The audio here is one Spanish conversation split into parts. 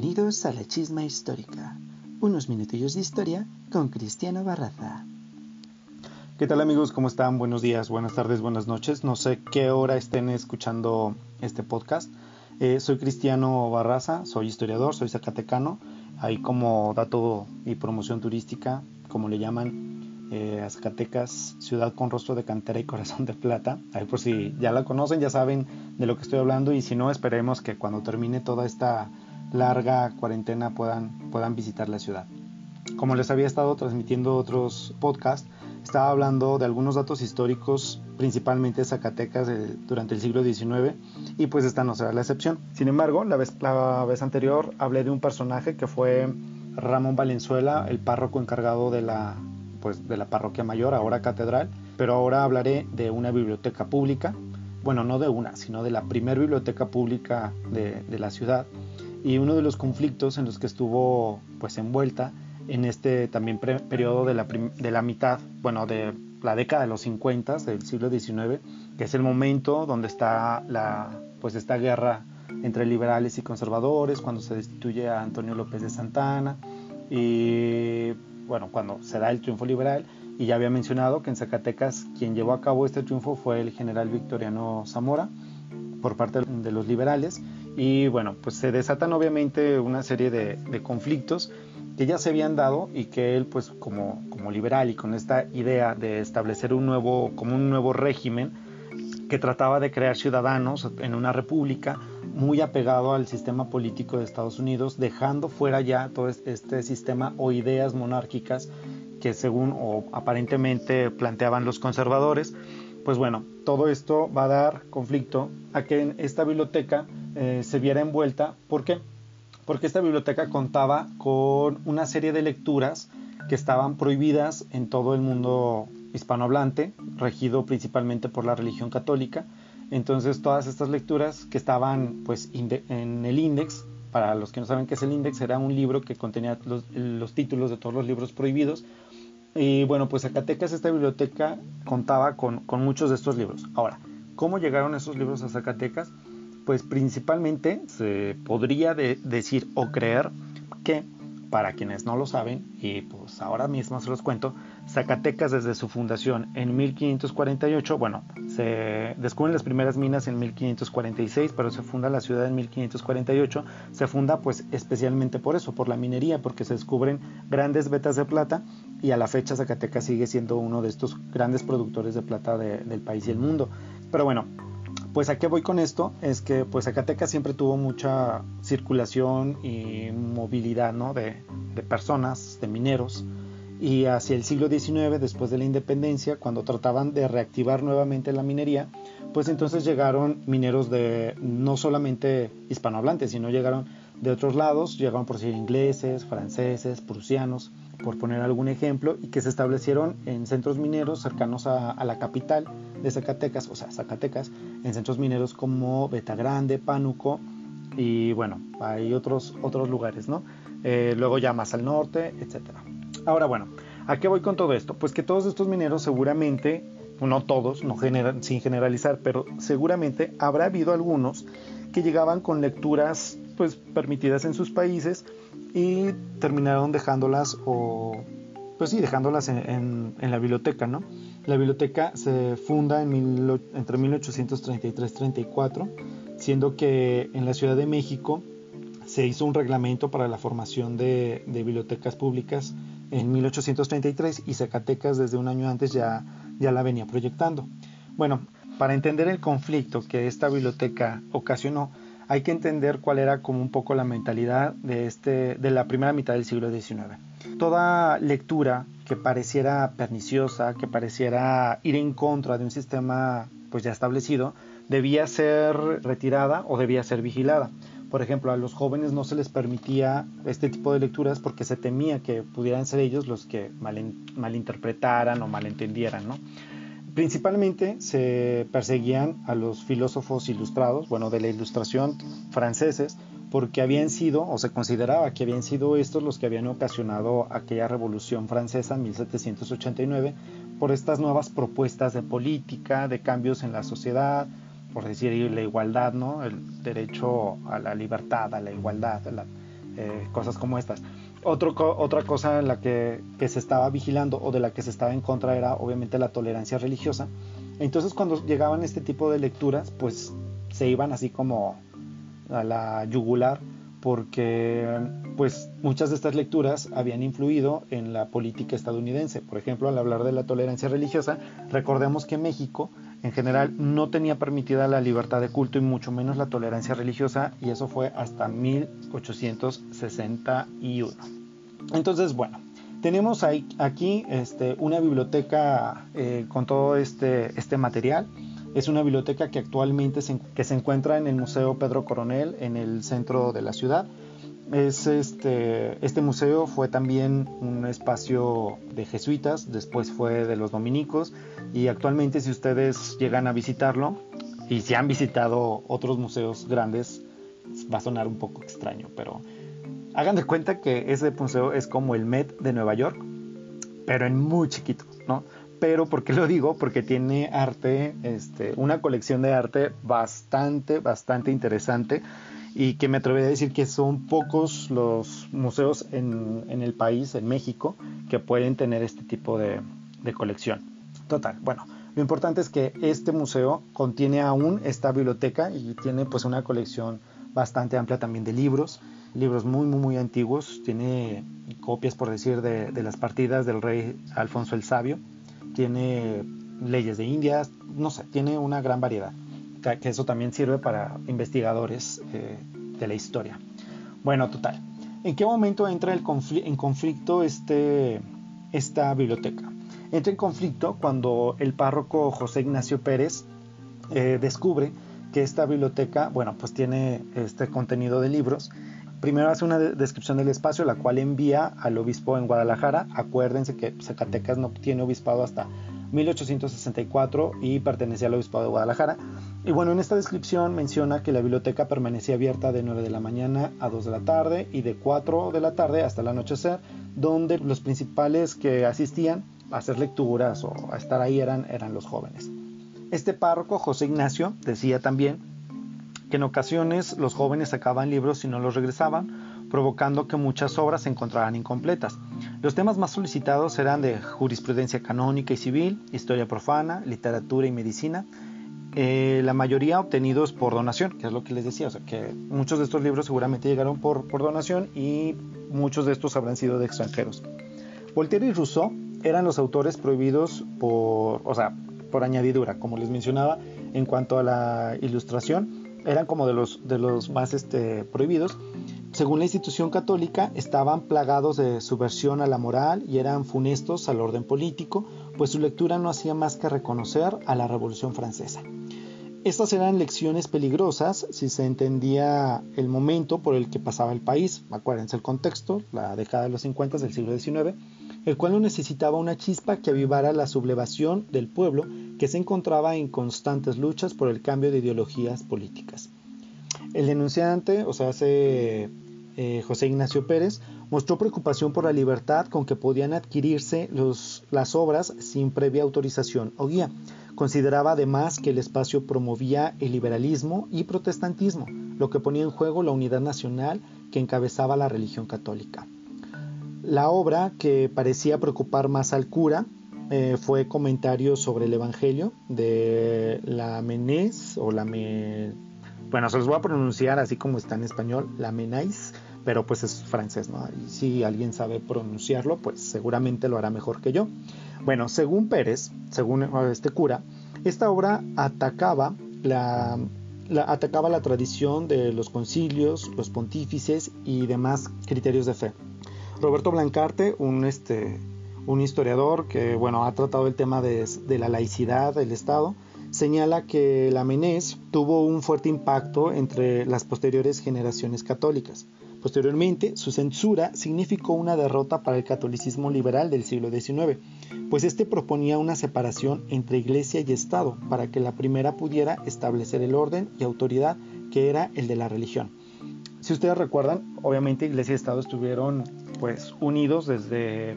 Bienvenidos a la Chisma Histórica, unos minutillos de historia con Cristiano Barraza. ¿Qué tal amigos? ¿Cómo están? Buenos días, buenas tardes, buenas noches. No sé qué hora estén escuchando este podcast. Soy Cristiano Barraza, soy historiador, soy zacatecano. Ahí como dato y promoción turística, como le llaman a Zacatecas, ciudad con rostro de cantera y corazón de plata. Ahí por si ya la conocen, ya saben de lo que estoy hablando, y si no, esperemos que cuando termine toda esta larga cuarentena puedan visitar la ciudad. Como les había estado transmitiendo otros podcasts, estaba hablando de algunos datos históricos, principalmente de Zacatecas durante el siglo XIX, y pues esta no será la excepción. Sin embargo, la vez anterior hablé de un personaje que fue Ramón Valenzuela, el párroco encargado de la parroquia mayor, ahora catedral, pero ahora hablaré de una biblioteca pública, bueno, no de una, sino de la primera biblioteca pública de la ciudad, y uno de los conflictos en los que estuvo pues envuelta en este también periodo de la mitad, bueno, de la década de los 50 del siglo XIX, que es el momento donde está esta guerra entre liberales y conservadores, cuando se destituye a Antonio López de Santana, y bueno, cuando se da el triunfo liberal. Y ya había mencionado que en Zacatecas quien llevó a cabo este triunfo fue el general Victoriano Zamora por parte de los liberales, y bueno, pues se desatan obviamente una serie de conflictos que ya se habían dado, y que él pues como liberal y con esta idea de establecer un nuevo régimen que trataba de crear ciudadanos en una república muy apegado al sistema político de Estados Unidos, dejando fuera ya todo este sistema o ideas monárquicas que según o aparentemente planteaban los conservadores. Pues bueno, todo esto va a dar conflicto a que en esta biblioteca se viera envuelta. ¿Por qué? Porque esta biblioteca contaba con una serie de lecturas que estaban prohibidas en todo el mundo hispanohablante, regido principalmente por la religión católica. Entonces todas estas lecturas que estaban pues en el índex, para los que no saben qué es el índex, era un libro que contenía los títulos de todos los libros prohibidos. Y bueno, pues Zacatecas, esta biblioteca contaba con muchos de estos libros. Ahora, ¿cómo llegaron esos libros a Zacatecas? Pues principalmente se podría decir o creer que, para quienes no lo saben, y pues ahora mismo se los cuento, Zacatecas desde su fundación en 1548, bueno, se descubren las primeras minas en 1546, pero se funda la ciudad en 1548, se funda pues especialmente por eso, por la minería, porque se descubren grandes vetas de plata, y a la fecha Zacatecas sigue siendo uno de estos grandes productores de plata del país y el mundo. Pero bueno, pues a qué voy con esto, es que pues Zacatecas siempre tuvo mucha circulación y movilidad, ¿no? de personas, de mineros, y hacia el siglo XIX, después de la independencia, cuando trataban de reactivar nuevamente la minería, pues entonces llegaron mineros no solamente hispanohablantes, sino llegaron de otros lados, llegaron por decir ingleses, franceses, prusianos, por poner algún ejemplo, y que se establecieron en centros mineros cercanos a la capital de Zacatecas, o sea, Zacatecas, en centros mineros como Betagrande, Pánuco, y bueno, hay otros lugares, ¿no? Luego ya más al norte, etcétera. Ahora bueno, ¿a qué voy con todo esto? Pues que todos estos mineros seguramente, no todos, sin generalizar, pero seguramente habrá habido algunos que llegaban con lecturas pues permitidas en sus países y terminaron dejándolas en la biblioteca, ¿no? La biblioteca se funda entre 1833-34, siendo que en la Ciudad de México se hizo un reglamento para la formación de bibliotecas públicas en 1833, y Zacatecas desde un año antes ya la venía proyectando. Bueno, para entender el conflicto que esta biblioteca ocasionó, hay que entender cuál era como un poco la mentalidad de la primera mitad del siglo XIX. Toda lectura que pareciera perniciosa, que pareciera ir en contra de un sistema pues ya establecido, debía ser retirada o debía ser vigilada. Por ejemplo, a los jóvenes no se les permitía este tipo de lecturas porque se temía que pudieran ser ellos los que malinterpretaran o malentendieran, ¿no? Principalmente se perseguían a los filósofos ilustrados, bueno, de la ilustración franceses, porque habían sido, o se consideraba que habían sido estos los que habían ocasionado aquella Revolución Francesa en 1789, por estas nuevas propuestas de política, de cambios en la sociedad, por decir la igualdad, ¿no? El derecho a la libertad, a la igualdad, cosas como estas. Otra cosa en la que se estaba vigilando o de la que se estaba en contra era obviamente la tolerancia religiosa. Entonces cuando llegaban este tipo de lecturas, pues se iban así como a la yugular, porque pues muchas de estas lecturas habían influido en la política estadounidense. Por ejemplo, al hablar de la tolerancia religiosa, recordemos que México en general no tenía permitida la libertad de culto y mucho menos la tolerancia religiosa, y eso fue hasta 1861. Entonces, bueno, tenemos aquí una biblioteca con todo este material. Es una biblioteca que actualmente se encuentra en el Museo Pedro Coronel, en el centro de la ciudad. Este museo fue también un espacio de jesuitas, después fue de los dominicos, y actualmente, si ustedes llegan a visitarlo, y si han visitado otros museos grandes, va a sonar un poco extraño, pero hagan de cuenta que ese museo es como el Met de Nueva York, pero en muy chiquito, ¿no? Pero ¿por qué lo digo? Porque tiene arte, una colección de arte bastante interesante, y que me atrevería a decir que son pocos los museos en el país, en México, que pueden tener este tipo de colección. Total, bueno, lo importante es que este museo contiene aún esta biblioteca y tiene pues una colección bastante amplia también de libros muy antiguos. Tiene copias, por decir, de las partidas del rey Alfonso el Sabio. Tiene leyes de Indias, no sé, tiene una gran variedad, que eso también sirve para investigadores de la historia. Bueno, total, ¿en qué momento entra en conflicto esta biblioteca? Entra en conflicto cuando el párroco José Ignacio Pérez descubre que esta biblioteca, bueno, pues tiene este contenido de libros. Primero hace una descripción del espacio, la cual envía al obispo en Guadalajara. Acuérdense que Zacatecas no tiene obispado hasta 1864 y pertenecía al obispado de Guadalajara. Y bueno, en esta descripción menciona que la biblioteca permanecía abierta de 9 de la mañana a 2 de la tarde y de 4 de la tarde hasta el anochecer, donde los principales que asistían a hacer lecturas o a estar ahí eran los jóvenes. Este párroco, José Ignacio, decía también que en ocasiones los jóvenes sacaban libros y no los regresaban, provocando que muchas obras se encontraran incompletas. Los temas más solicitados eran de jurisprudencia canónica y civil, historia profana, literatura y medicina, la mayoría obtenidos por donación, que es lo que les decía, o sea que muchos de estos libros seguramente llegaron por donación, y muchos de estos habrán sido de extranjeros. Voltaire y Rousseau eran los autores prohibidos por añadidura, como les mencionaba. En cuanto a la ilustración, eran como de los más prohibidos. Según la institución católica, estaban plagados de subversión a la moral y eran funestos al orden político, pues su lectura no hacía más que reconocer a la Revolución Francesa. Estas eran lecciones peligrosas si se entendía el momento por el que pasaba el país. Acuérdense el contexto, la década de los 50 del siglo XIX, el cual no necesitaba una chispa que avivara la sublevación del pueblo, que se encontraba en constantes luchas por el cambio de ideologías políticas. El denunciante, José Ignacio Pérez, mostró preocupación por la libertad con que podían adquirirse las obras sin previa autorización o guía. Consideraba además que el espacio promovía el liberalismo y protestantismo, lo que ponía en juego la unidad nacional que encabezaba la religión católica. La obra que parecía preocupar más al cura fue Comentarios sobre el Evangelio de Lamennais bueno, se los voy a pronunciar así como está en español, Lamennais, pero pues es francés, ¿no? Y si alguien sabe pronunciarlo, pues seguramente lo hará mejor que yo. Bueno, según Pérez, según este cura, esta obra atacaba la tradición de los concilios, los pontífices y demás criterios de fe. Roberto Blancarte, un historiador que ha tratado el tema de la laicidad del Estado, señala que Lamennais tuvo un fuerte impacto entre las posteriores generaciones católicas. Posteriormente, su censura significó una derrota para el catolicismo liberal del siglo XIX, pues este proponía una separación entre Iglesia y Estado para que la primera pudiera establecer el orden y autoridad que era el de la religión. Si ustedes recuerdan, obviamente Iglesia y Estado estuvieron unidos desde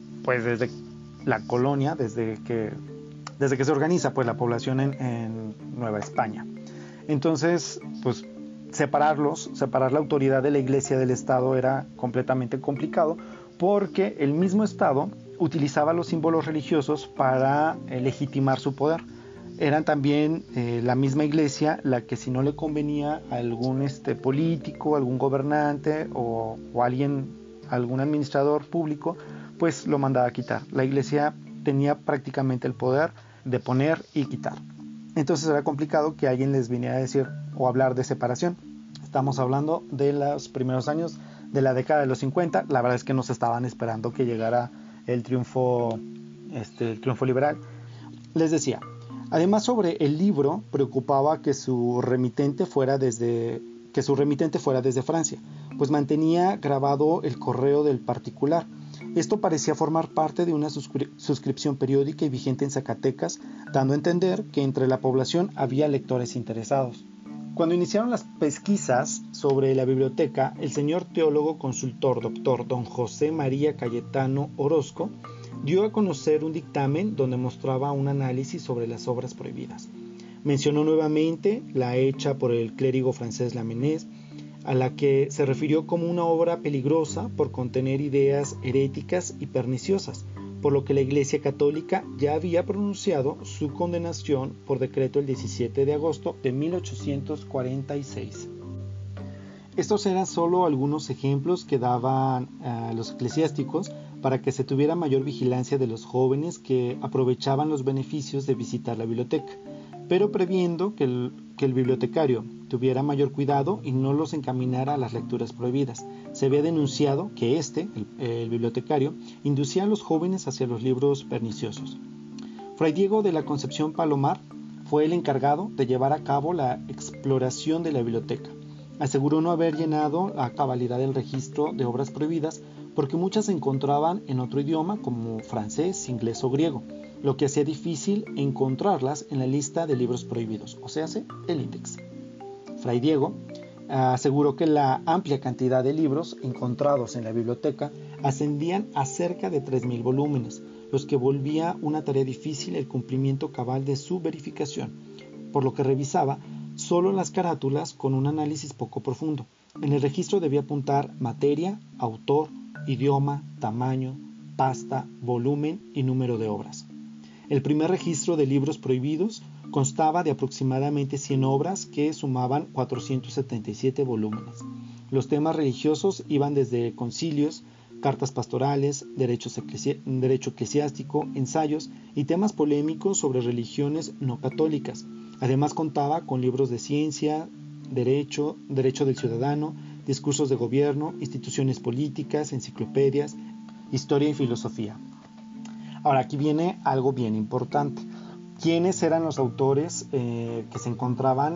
la colonia, desde que se organiza la población en Nueva España. Entonces, separar la autoridad de la Iglesia del Estado era completamente complicado, porque el mismo Estado utilizaba los símbolos religiosos para legitimar su poder. Eran también la misma Iglesia la que, si no le convenía a algún político, algún gobernante o algún administrador público, pues lo mandaba a quitar. La Iglesia tenía prácticamente el poder de poner y quitar. Entonces era complicado que alguien les viniera a decir o hablar de separación. Estamos hablando de los primeros años de la década de los 50. La verdad es que no se estaban esperando que llegara el triunfo liberal. Les decía, además, sobre el libro preocupaba que su remitente fuera desde Francia, pues mantenía grabado el correo del particular. Esto parecía formar parte de una suscripción periódica y vigente en Zacatecas, dando a entender que entre la población había lectores interesados. Cuando iniciaron las pesquisas sobre la biblioteca, el señor teólogo consultor Dr. don José María Cayetano Orozco dio a conocer un dictamen donde mostraba un análisis sobre las obras prohibidas. Mencionó nuevamente la hecha por el clérigo francés Lamennais, a la que se refirió como una obra peligrosa por contener ideas heréticas y perniciosas, por lo que la Iglesia Católica ya había pronunciado su condenación por decreto el 17 de agosto de 1846. Estos eran solo algunos ejemplos que daban los eclesiásticos para que se tuviera mayor vigilancia de los jóvenes que aprovechaban los beneficios de visitar la biblioteca, pero previendo que el bibliotecario tuviera mayor cuidado y no los encaminara a las lecturas prohibidas. Se había denunciado que el bibliotecario, inducía a los jóvenes hacia los libros perniciosos. Fray Diego de la Concepción Palomar fue el encargado de llevar a cabo la exploración de la biblioteca. Aseguró no haber llenado a cabalidad el registro de obras prohibidas porque muchas se encontraban en otro idioma como francés, inglés o griego, lo que hacía difícil encontrarlas en la lista de libros prohibidos, o sea, el índice. Fray Diego aseguró que la amplia cantidad de libros encontrados en la biblioteca ascendían a cerca de 3,000 volúmenes, los que volvía una tarea difícil el cumplimiento cabal de su verificación, por lo que revisaba solo las carátulas con un análisis poco profundo. En el registro debía apuntar materia, autor, idioma, tamaño, pasta, volumen y número de obras. El primer registro de libros prohibidos constaba de aproximadamente 100 obras que sumaban 477 volúmenes. Los temas religiosos iban desde concilios, cartas pastorales, derecho eclesiástico, ensayos y temas polémicos sobre religiones no católicas. Además contaba con libros de ciencia, derecho del ciudadano, discursos de gobierno, instituciones políticas, enciclopedias, historia y filosofía. Ahora, aquí viene algo bien importante. ¿Quiénes eran los autores que se encontraban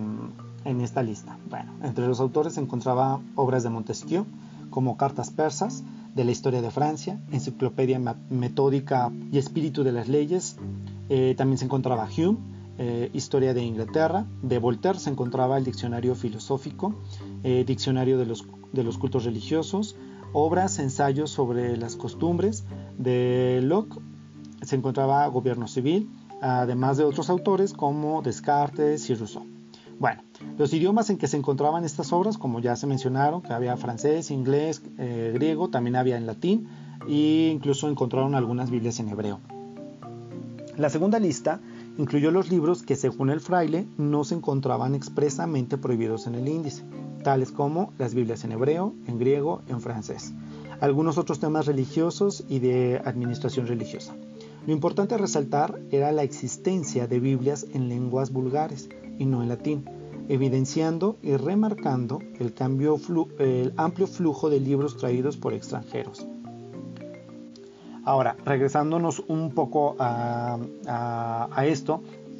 en esta lista? Bueno, entre los autores se encontraban obras de Montesquieu, como Cartas persas, de la historia de Francia, Enciclopedia metódica y espíritu de las leyes. También se encontraba Hume, Historia de Inglaterra. De Voltaire se encontraba el Diccionario Filosófico, Diccionario de los cultos religiosos, obras, ensayos sobre las costumbres. De Locke se encontraba Gobierno Civil, además de otros autores como Descartes y Rousseau. Bueno, los idiomas en que se encontraban estas obras, como ya se mencionaron, que había francés, inglés, griego, también había en latín, e incluso encontraron algunas Biblias en hebreo. La segunda lista incluyó los libros que, según el fraile, no se encontraban expresamente prohibidos en el índice, tales como las Biblias en hebreo, en griego, en francés, algunos otros temas religiosos y de administración religiosa. Lo importante a resaltar era la existencia de Biblias en lenguas vulgares y no en latín, evidenciando y remarcando el amplio flujo de libros traídos por extranjeros. Ahora, regresándonos un poco a esto,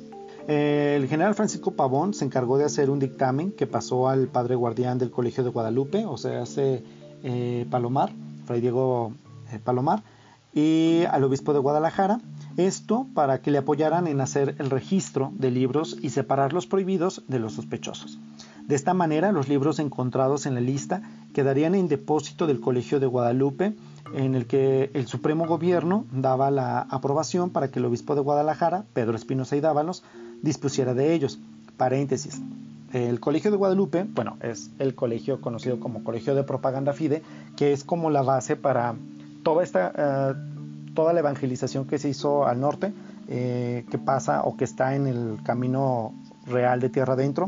el general Francisco Pavón se encargó de hacer un dictamen que pasó al padre guardián del Colegio de Guadalupe, o sea, Palomar, Fray Diego Palomar, y al obispo de Guadalajara, esto para que le apoyaran en hacer el registro de libros y separar los prohibidos de los sospechosos. De esta manera, los libros encontrados en la lista quedarían en depósito del Colegio de Guadalupe, en el que el Supremo Gobierno daba la aprobación para que el obispo de Guadalajara, Pedro Espinosa y Dávalos, dispusiera de ellos. Paréntesis. El Colegio de Guadalupe, bueno, es el colegio conocido como Colegio de Propaganda Fide, que es como la base para toda la evangelización que se hizo al norte, que pasa o que está en el camino real de tierra adentro,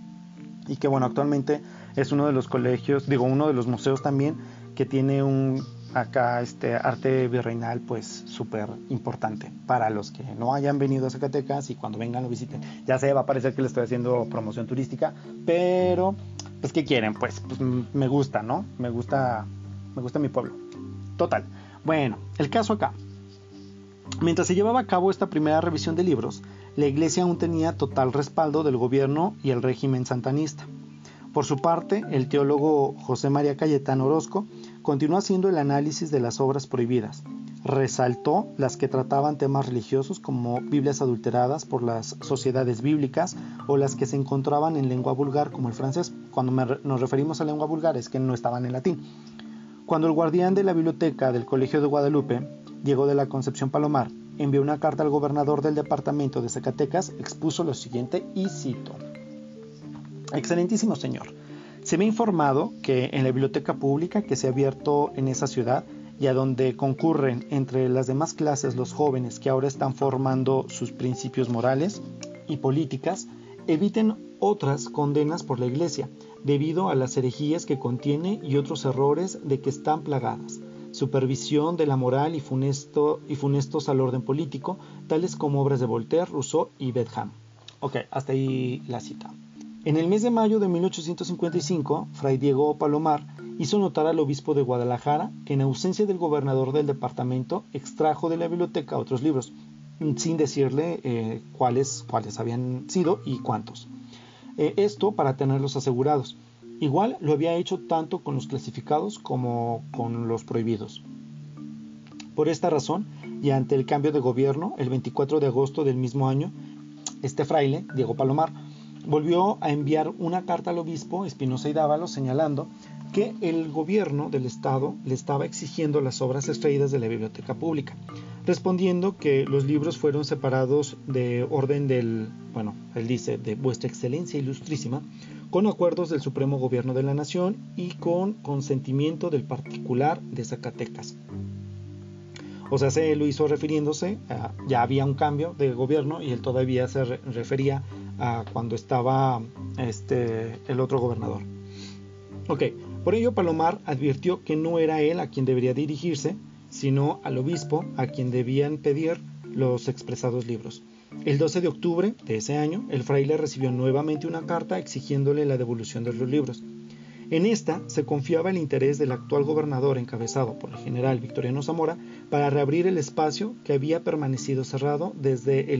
y que bueno, actualmente es uno de los colegios, uno de los museos también, que tiene acá arte virreinal pues súper importante para los que no hayan venido a Zacatecas y cuando vengan lo visiten. Ya sé, va a parecer que le estoy haciendo promoción turística, pero pues ¿qué quieren? Pues me gusta, ¿no? Me gusta mi pueblo. Total. Bueno, el caso acá. Mientras se llevaba a cabo esta primera revisión de libros, la iglesia aún tenía total respaldo del gobierno y el régimen santanista. Por su parte, el teólogo José María Cayetano Orozco continuó haciendo el análisis de las obras prohibidas. Resaltó las que trataban temas religiosos como Biblias adulteradas por las sociedades bíblicas o las que se encontraban en lengua vulgar como el francés. Cuando nos referimos a lengua vulgar es que no estaban en latín. Cuando el guardián de la biblioteca del Colegio de Guadalupe, Diego de la Concepción Palomar, envió una carta al gobernador del departamento de Zacatecas, expuso lo siguiente y cito: Excelentísimo señor, se me ha informado que en la biblioteca pública que se ha abierto en esa ciudad y a donde concurren entre las demás clases los jóvenes que ahora están formando sus principios morales y políticas, eviten otras condenas por la iglesia, debido a las herejías que contiene y otros errores de que están plagadas, supervisión de la moral y funestos al orden político, tales como obras de Voltaire, Rousseau y Bentham. Ok, hasta ahí la cita. En el mes de mayo de 1855, Fray Diego Palomar hizo notar al obispo de Guadalajara que en ausencia del gobernador del departamento extrajo de la biblioteca otros libros, sin decirle cuáles habían sido y cuántos. Esto para tenerlos asegurados. Igual lo había hecho tanto con los clasificados como con los prohibidos. Por esta razón, y ante el cambio de gobierno, el 24 de agosto del mismo año, este fraile, Diego Palomar, volvió a enviar una carta al obispo Espinosa y Dávalos señalando que el gobierno del estado le estaba exigiendo las obras extraídas de la biblioteca pública, respondiendo que los libros fueron separados de orden él dice, de vuestra excelencia ilustrísima, con acuerdos del supremo gobierno de la nación y con consentimiento del particular de Zacatecas. O sea, se lo hizo refiriéndose a, ya había un cambio de gobierno y él todavía se refería a cuando estaba el otro gobernador. Ok, por ello Palomar advirtió que no era él a quien debería dirigirse, sino al obispo a quien debían pedir los expresados libros. El 12 de octubre de ese año, el fraile recibió nuevamente una carta exigiéndole la devolución de los libros. En esta se confiaba el interés del actual gobernador encabezado por el general Victoriano Zamora para reabrir el espacio que había permanecido cerrado desde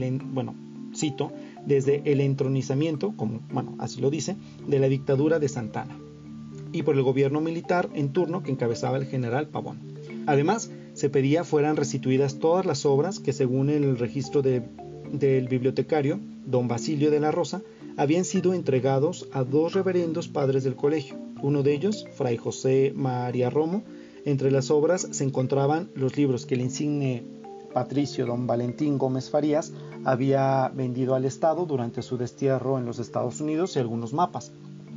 desde el entronizamiento, así lo dice, de la dictadura de Santana, y por el gobierno militar en turno que encabezaba el general Pavón. Además, se pedía fueran restituidas todas las obras que, según el registro del bibliotecario, don Basilio de la Rosa, habían sido entregados a dos reverendos padres del colegio, uno de ellos, Fray José María Romo. Entre las obras se encontraban los libros que el insigne patricio don Valentín Gómez Farías había vendido al Estado durante su destierro en los Estados Unidos y algunos mapas.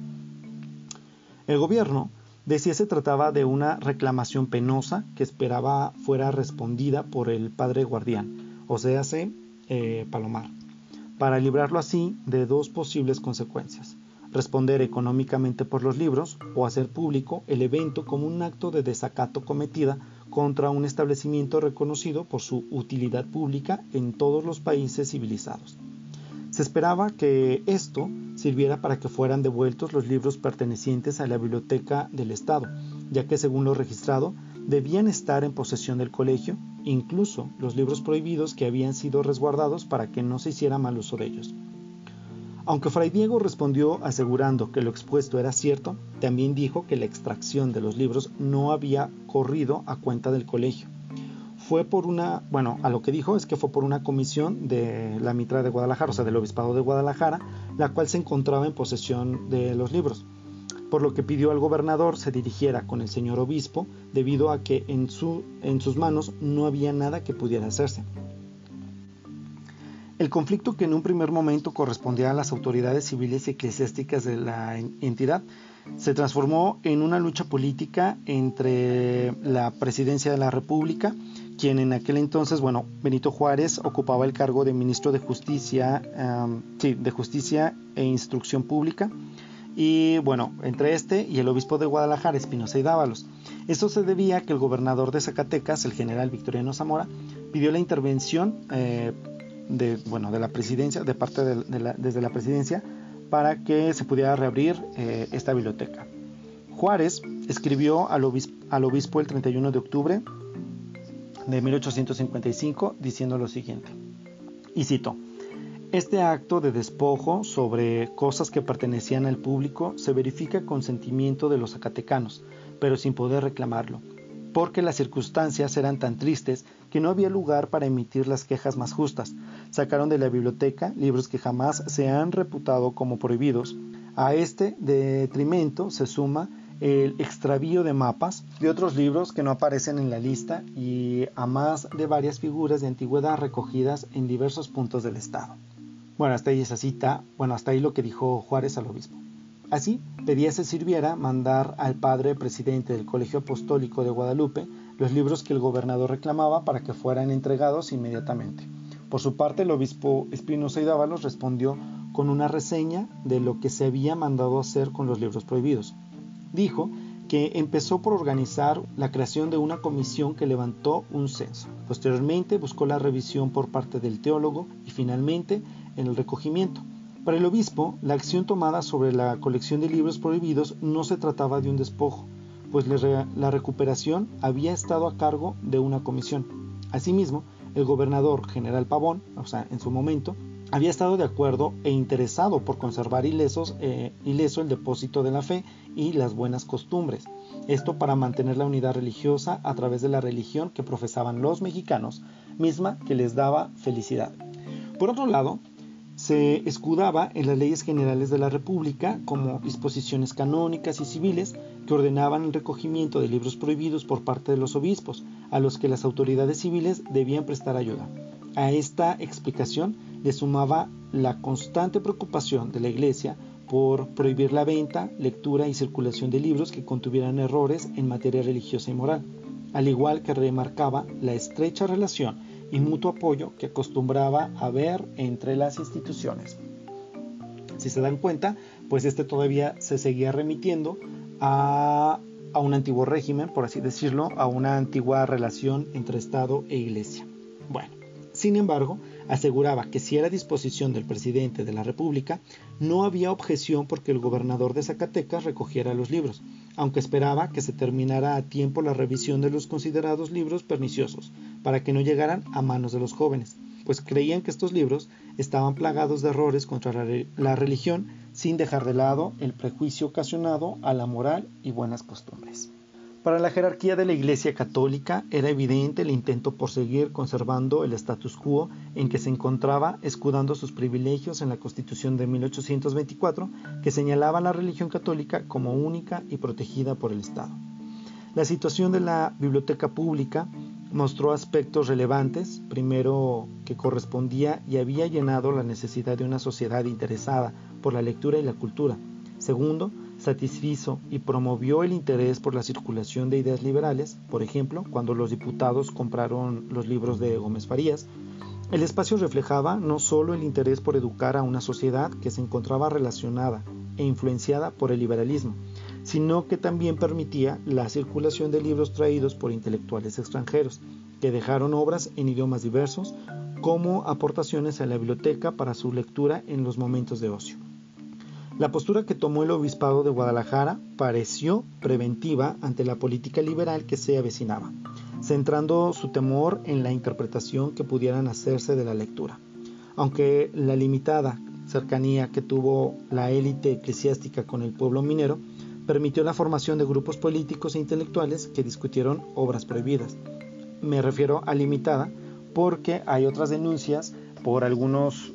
El gobierno decía se trataba de una reclamación penosa que esperaba fuera respondida por el padre guardián, o sea, Palomar, para librarlo así de dos posibles consecuencias: responder económicamente por los libros o hacer público el evento como un acto de desacato cometida contra un establecimiento reconocido por su utilidad pública en todos los países civilizados. Se esperaba que esto sirviera para que fueran devueltos los libros pertenecientes a la biblioteca del Estado, ya que según lo registrado debían estar en posesión del colegio, incluso los libros prohibidos que habían sido resguardados para que no se hiciera mal uso de ellos. Aunque Fray Diego respondió asegurando que lo expuesto era cierto, también dijo que la extracción de los libros no había corrido a cuenta del colegio. Fue por una comisión de la Mitra de Guadalajara, o sea, del Obispado de Guadalajara, la cual se encontraba en posesión de los libros, por lo que pidió al gobernador se dirigiera con el señor obispo, debido a que en sus manos no había nada que pudiera hacerse. El conflicto, que en un primer momento correspondía a las autoridades civiles y eclesiásticas de la entidad, se transformó en una lucha política entre la presidencia de la República, quien en aquel entonces, Benito Juárez ocupaba el cargo de ministro de Justicia, de Justicia e Instrucción Pública, y entre este y el obispo de Guadalajara, Espinosa y Dávalos. Esto se debía a que el gobernador de Zacatecas, el general Victoriano Zamora, pidió la intervención de la presidencia, desde la presidencia, para que se pudiera reabrir esta biblioteca. Juárez escribió al obispo el 31 de octubre de 1855 diciendo lo siguiente, y cito: este acto de despojo sobre cosas que pertenecían al público se verifica con sentimiento de los zacatecanos, pero sin poder reclamarlo, porque las circunstancias eran tan tristes que no había lugar para emitir las quejas más justas. Sacaron de la biblioteca libros que jamás se han reputado como prohibidos. A este detrimento se suma el extravío de mapas de otros libros que no aparecen en la lista y a más de varias figuras de antigüedad recogidas en diversos puntos del estado. Hasta ahí esa cita, hasta ahí lo que dijo Juárez al obispo. Así, pedía se sirviera mandar al padre presidente del Colegio Apostólico de Guadalupe los libros que el gobernador reclamaba para que fueran entregados inmediatamente. Por su parte, el obispo Espinosa y Dávalos respondió con una reseña de lo que se había mandado hacer con los libros prohibidos. Dijo que empezó por organizar la creación de una comisión que levantó un censo. Posteriormente buscó la revisión por parte del teólogo y finalmente en el recogimiento. Para el obispo, la acción tomada sobre la colección de libros prohibidos no se trataba de un despojo, pues la recuperación había estado a cargo de una comisión. Asimismo, el gobernador general Pavón, en su momento, había estado de acuerdo e interesado por conservar ileso el depósito de la fe y las buenas costumbres. Esto para mantener la unidad religiosa a través de la religión que profesaban los mexicanos, misma que les daba felicidad. Por otro lado, se escudaba en las leyes generales de la República como disposiciones canónicas y civiles que ordenaban el recogimiento de libros prohibidos por parte de los obispos, a los que las autoridades civiles debían prestar ayuda. A esta explicación le sumaba la constante preocupación de la Iglesia por prohibir la venta, lectura y circulación de libros que contuvieran errores en materia religiosa y moral, al igual que remarcaba la estrecha relación y mutuo apoyo que acostumbraba a haber entre las instituciones. Si se dan cuenta, pues todavía se seguía remitiendo a un antiguo régimen, por así decirlo, a una antigua relación entre Estado e Iglesia. Sin embargo, aseguraba que si era disposición del presidente de la República, no había objeción porque el gobernador de Zacatecas recogiera los libros, aunque esperaba que se terminara a tiempo la revisión de los considerados libros perniciosos, para que no llegaran a manos de los jóvenes, pues creían que estos libros estaban plagados de errores contra la religión, sin dejar de lado el prejuicio ocasionado a la moral y buenas costumbres. Para la jerarquía de la Iglesia Católica era evidente el intento por seguir conservando el status quo en que se encontraba, escudando sus privilegios en la Constitución de 1824, que señalaba a la religión católica como única y protegida por el Estado. La situación de la biblioteca pública mostró aspectos relevantes, primero que correspondía y había llenado la necesidad de una sociedad interesada por la lectura y la cultura. Segundo, satisfizo y promovió el interés por la circulación de ideas liberales, por ejemplo, cuando los diputados compraron los libros de Gómez Farías. El espacio reflejaba no solo el interés por educar a una sociedad que se encontraba relacionada e influenciada por el liberalismo, sino que también permitía la circulación de libros traídos por intelectuales extranjeros, que dejaron obras en idiomas diversos como aportaciones a la biblioteca para su lectura en los momentos de ocio. La postura que tomó el obispado de Guadalajara pareció preventiva ante la política liberal que se avecinaba, centrando su temor en la interpretación que pudieran hacerse de la lectura. Aunque la limitada cercanía que tuvo la élite eclesiástica con el pueblo minero permitió la formación de grupos políticos e intelectuales que discutieron obras prohibidas. Me refiero a limitada porque hay otras denuncias por algunos,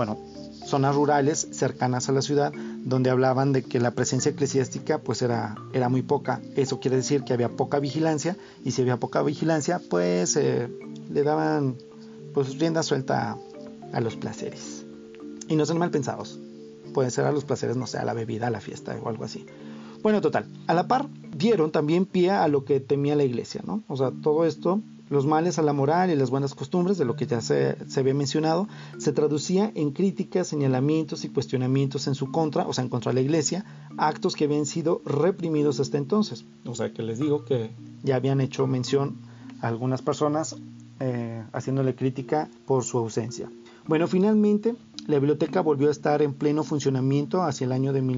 zonas rurales cercanas a la ciudad, donde hablaban de que la presencia eclesiástica pues era muy poca. Eso quiere decir que había poca vigilancia, y si había poca vigilancia pues le daban pues rienda suelta a los placeres. Y no son mal pensados. Pueden ser a los placeres, no sé, a la bebida, a la fiesta o algo así. Bueno, total. A la par, dieron también pie a lo que temía la iglesia, ¿no? O sea, todo esto, los males a la moral y las buenas costumbres, de lo que ya se había mencionado, se traducía en críticas, señalamientos y cuestionamientos en su contra, o sea, en contra de la iglesia, actos que habían sido reprimidos hasta entonces. O sea, que les digo que ya habían hecho mención a algunas personas haciéndole crítica por su ausencia. Bueno, finalmente, la biblioteca volvió a estar en pleno funcionamiento hacia el año de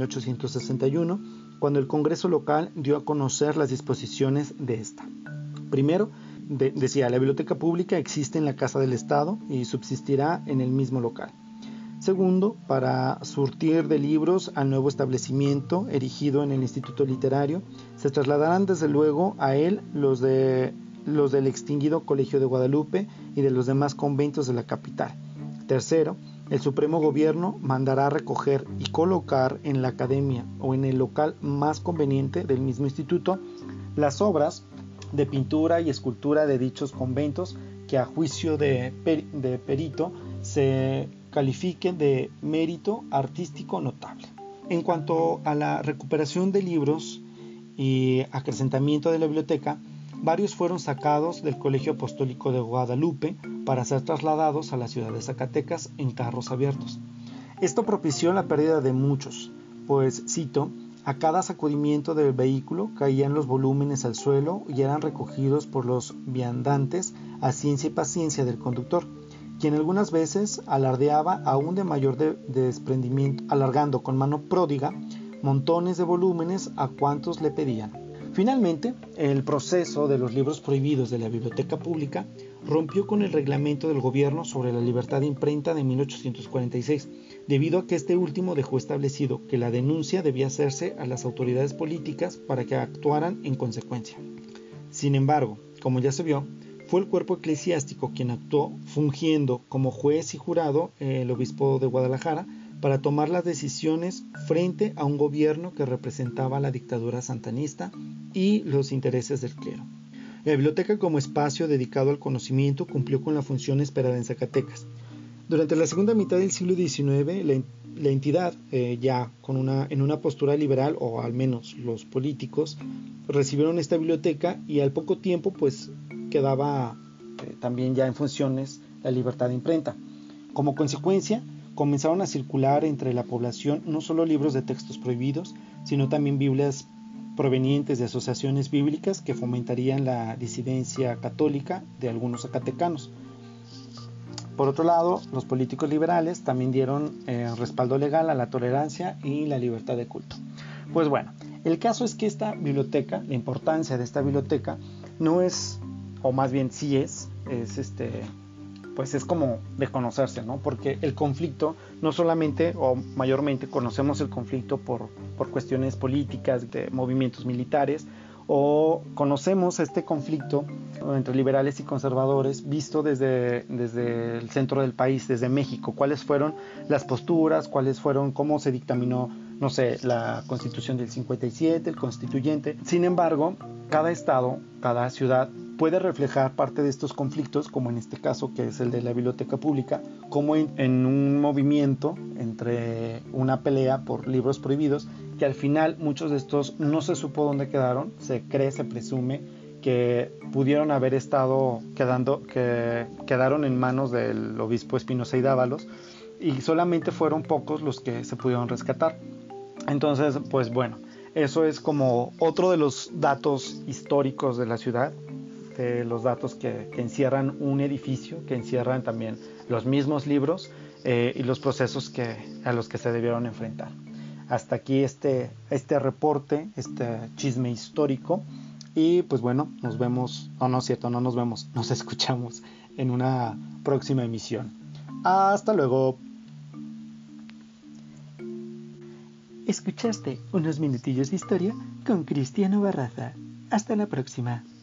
1861, cuando el Congreso local dio a conocer las disposiciones de esta. Primero, decía, la biblioteca pública existe en la Casa del Estado y subsistirá en el mismo local. Segundo, para surtir de libros al nuevo establecimiento erigido en el Instituto Literario, se trasladarán desde luego a él los del extinguido Colegio de Guadalupe y de los demás conventos de la capital. Tercero, el Supremo Gobierno mandará recoger y colocar en la academia o en el local más conveniente del mismo instituto las obras de pintura y escultura de dichos conventos que a juicio de perito se califiquen de mérito artístico notable. En cuanto a la recuperación de libros y acrecentamiento de la biblioteca, varios fueron sacados del Colegio Apostólico de Guadalupe para ser trasladados a la ciudad de Zacatecas en carros abiertos. Esto propició la pérdida de muchos, pues, cito, a cada sacudimiento del vehículo caían los volúmenes al suelo y eran recogidos por los viandantes a ciencia y paciencia del conductor, quien algunas veces alardeaba aún de mayor desprendimiento, alargando con mano pródiga montones de volúmenes a cuantos le pedían. Finalmente, el proceso de los libros prohibidos de la biblioteca pública rompió con el reglamento del gobierno sobre la libertad de imprenta de 1846, debido a que este último dejó establecido que la denuncia debía hacerse a las autoridades políticas para que actuaran en consecuencia. Sin embargo, como ya se vio, fue el cuerpo eclesiástico quien actuó fungiendo como juez y jurado el obispo de Guadalajara para tomar las decisiones frente a un gobierno que representaba la dictadura santanista y los intereses del clero. La biblioteca, como espacio dedicado al conocimiento, cumplió con la función esperada en Zacatecas. Durante la segunda mitad del siglo XIX, la entidad, ya en una postura liberal, o al menos los políticos, recibieron esta biblioteca y al poco tiempo pues quedaba también ya en funciones la libertad de imprenta. Como consecuencia, comenzaron a circular entre la población no solo libros de textos prohibidos, sino también Biblias provenientes de asociaciones bíblicas que fomentarían la disidencia católica de algunos zacatecanos. Por otro lado, los políticos liberales también dieron respaldo legal a la tolerancia y la libertad de culto. Pues bueno, el caso es que esta biblioteca, la importancia de esta biblioteca, no es, o más bien sí es pues es como de conocerse, ¿no? Porque el conflicto, no solamente o mayormente conocemos el conflicto por cuestiones políticas, de movimientos militares, o conocemos este conflicto entre liberales y conservadores visto desde el centro del país, desde México, cuáles fueron las posturas, cómo se dictaminó, no sé, la Constitución del 57, el Constituyente. Sin embargo, cada estado, cada ciudad puede reflejar parte de estos conflictos, como en este caso que es el de la biblioteca pública, como en un movimiento entre una pelea por libros prohibidos, que al final muchos de estos no se supo dónde quedaron, se presume que pudieron haber quedaron en manos del obispo Espinosa y Dávalos, y solamente fueron pocos los que se pudieron rescatar. Entonces, pues bueno, eso es como otro de los datos históricos de la ciudad, de los datos que encierran un edificio, que encierran también los mismos libros y los procesos a los que se debieron enfrentar. Hasta aquí este reporte, este chisme histórico, y pues bueno, nos vemos, nos escuchamos en una próxima emisión. Hasta luego. Escuchaste unos minutillos de historia con Cristiano Barraza. Hasta la próxima.